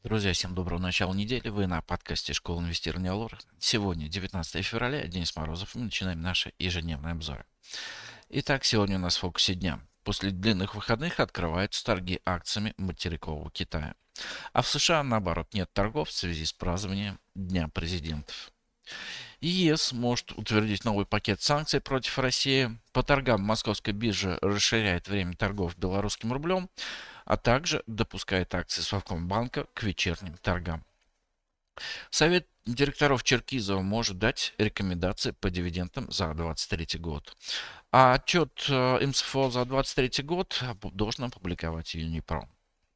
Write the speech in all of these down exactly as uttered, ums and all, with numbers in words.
Друзья, всем доброго начала недели. Вы на подкасте «Школа инвестирования Алор». Сегодня девятнадцатое февраля, Денис Морозов. Мы начинаем наши ежедневные обзоры. Итак, сегодня у нас в фокусе дня. После длинных выходных открываются торги акциями материкового Китая. А в США, наоборот, нет торгов в связи с празднованием Дня президентов. ЕС может утвердить новый пакет санкций против России. По торгам московская биржа расширяет время торгов белорусским рублем, а также допускает акции Совкомбанка к вечерним торгам. Совет директоров Черкизова может дать рекомендации по дивидендам за двадцать третий год. А отчет э, МСФО за двадцать третий год должен опубликовать Юнипром.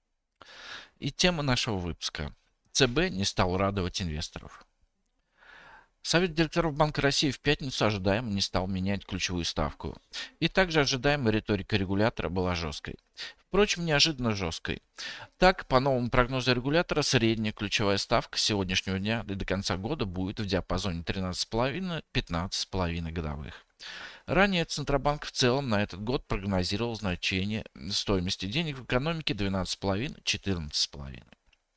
И тема нашего выпуска. ЦБ не стал радовать инвесторов. Совет директоров Банка России в пятницу ожидаемо не стал менять ключевую ставку. И также ожидаемо риторика регулятора была жесткой. Впрочем, неожиданно жесткой. Так, по новому прогнозу регулятора, средняя ключевая ставка с сегодняшнего дня и до конца года будет в диапазоне тринадцать целых пять десятых - пятнадцать целых пять десятых годовых. Ранее Центробанк в целом на этот год прогнозировал значение стоимости денег в экономике двенадцать целых пять десятых - четырнадцать целых пять десятых.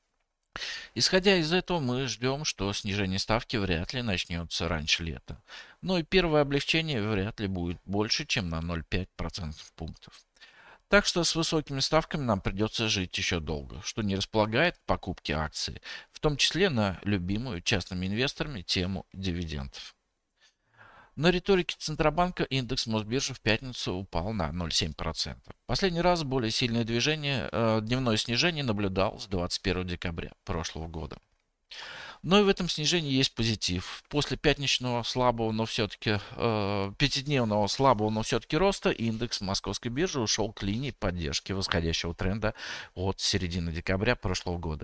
Исходя из этого, мы ждем, что снижение ставки вряд ли начнется раньше лета. Но и первое облегчение вряд ли будет больше, чем на ноль целых пять десятых процентных пунктов. Так что с высокими ставками нам придется жить еще долго, что не располагает к покупке акций, в том числе на любимую частными инвесторами тему дивидендов. На риторике Центробанка индекс Мосбиржи в пятницу упал на ноль целых семь десятых процента. Последний раз более сильное движение, э, дневное снижение наблюдалось двадцать первого декабря прошлого года. Но и в этом снижении есть позитив. После пятничного слабого, но все-таки э, пятидневного слабого, но все-таки роста индекс московской биржи ушел к линии поддержки восходящего тренда от середины декабря прошлого года.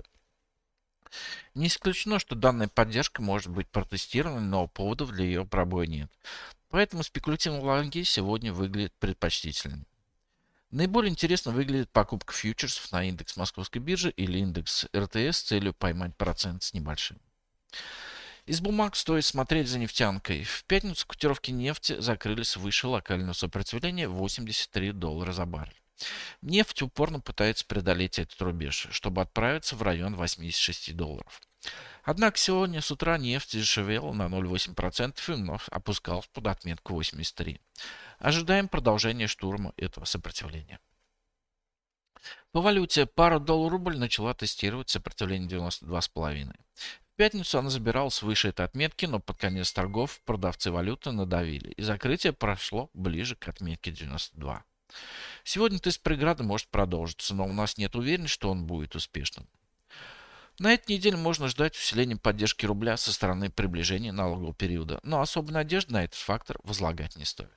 Не исключено, что данная поддержка может быть протестирована, но поводов для ее пробоя нет. Поэтому спекулятивные лонги сегодня выглядят предпочтительными. Наиболее интересно выглядит покупка фьючерсов на индекс московской биржи или индекс эр тэ эс с целью поймать процент с небольшим. Из бумаг стоит смотреть за нефтянкой. В пятницу котировки нефти закрылись выше локального сопротивления восемьдесят три доллара за баррель. Нефть упорно пытается преодолеть этот рубеж, чтобы отправиться в район восемьдесят шесть долларов. Однако сегодня с утра нефть дешевела на ноль целых восемь десятых процента и вновь опускалась под отметку восемьдесят три. Ожидаем продолжения штурма этого сопротивления. По валюте пара доллар-рубль начала тестировать сопротивление девяносто два целых пять десятых. В пятницу она забиралась выше этой отметки, но под конец торгов продавцы валюты надавили, и закрытие прошло ближе к отметке девяносто два. Сегодня тест преграды может продолжиться, но у нас нет уверенности, что он будет успешным. На этой неделе можно ждать усиления поддержки рубля со стороны приближения налогового периода, но особой надежды на этот фактор возлагать не стоит.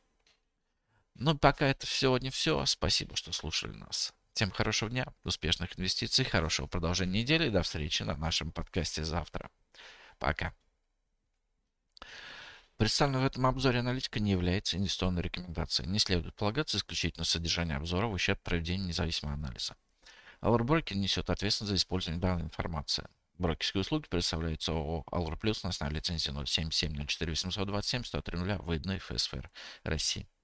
Ну, пока это сегодня все. Спасибо, что слушали нас. Всем хорошего дня, успешных инвестиций, хорошего продолжения недели и до встречи на нашем подкасте завтра. Пока. Представленная в этом обзоре аналитика не является инвестиционной рекомендацией. Не следует полагаться исключительно на содержание обзора в ущерб проведению независимого анализа. Allure Broker несет ответственность за использование данной информации. Брокерские услуги предоставляются ООО Allure Plus на основе лицензии ноль семь семь ноль четыре восемьсот двадцать семь сто три нуля выданной ФСФР России.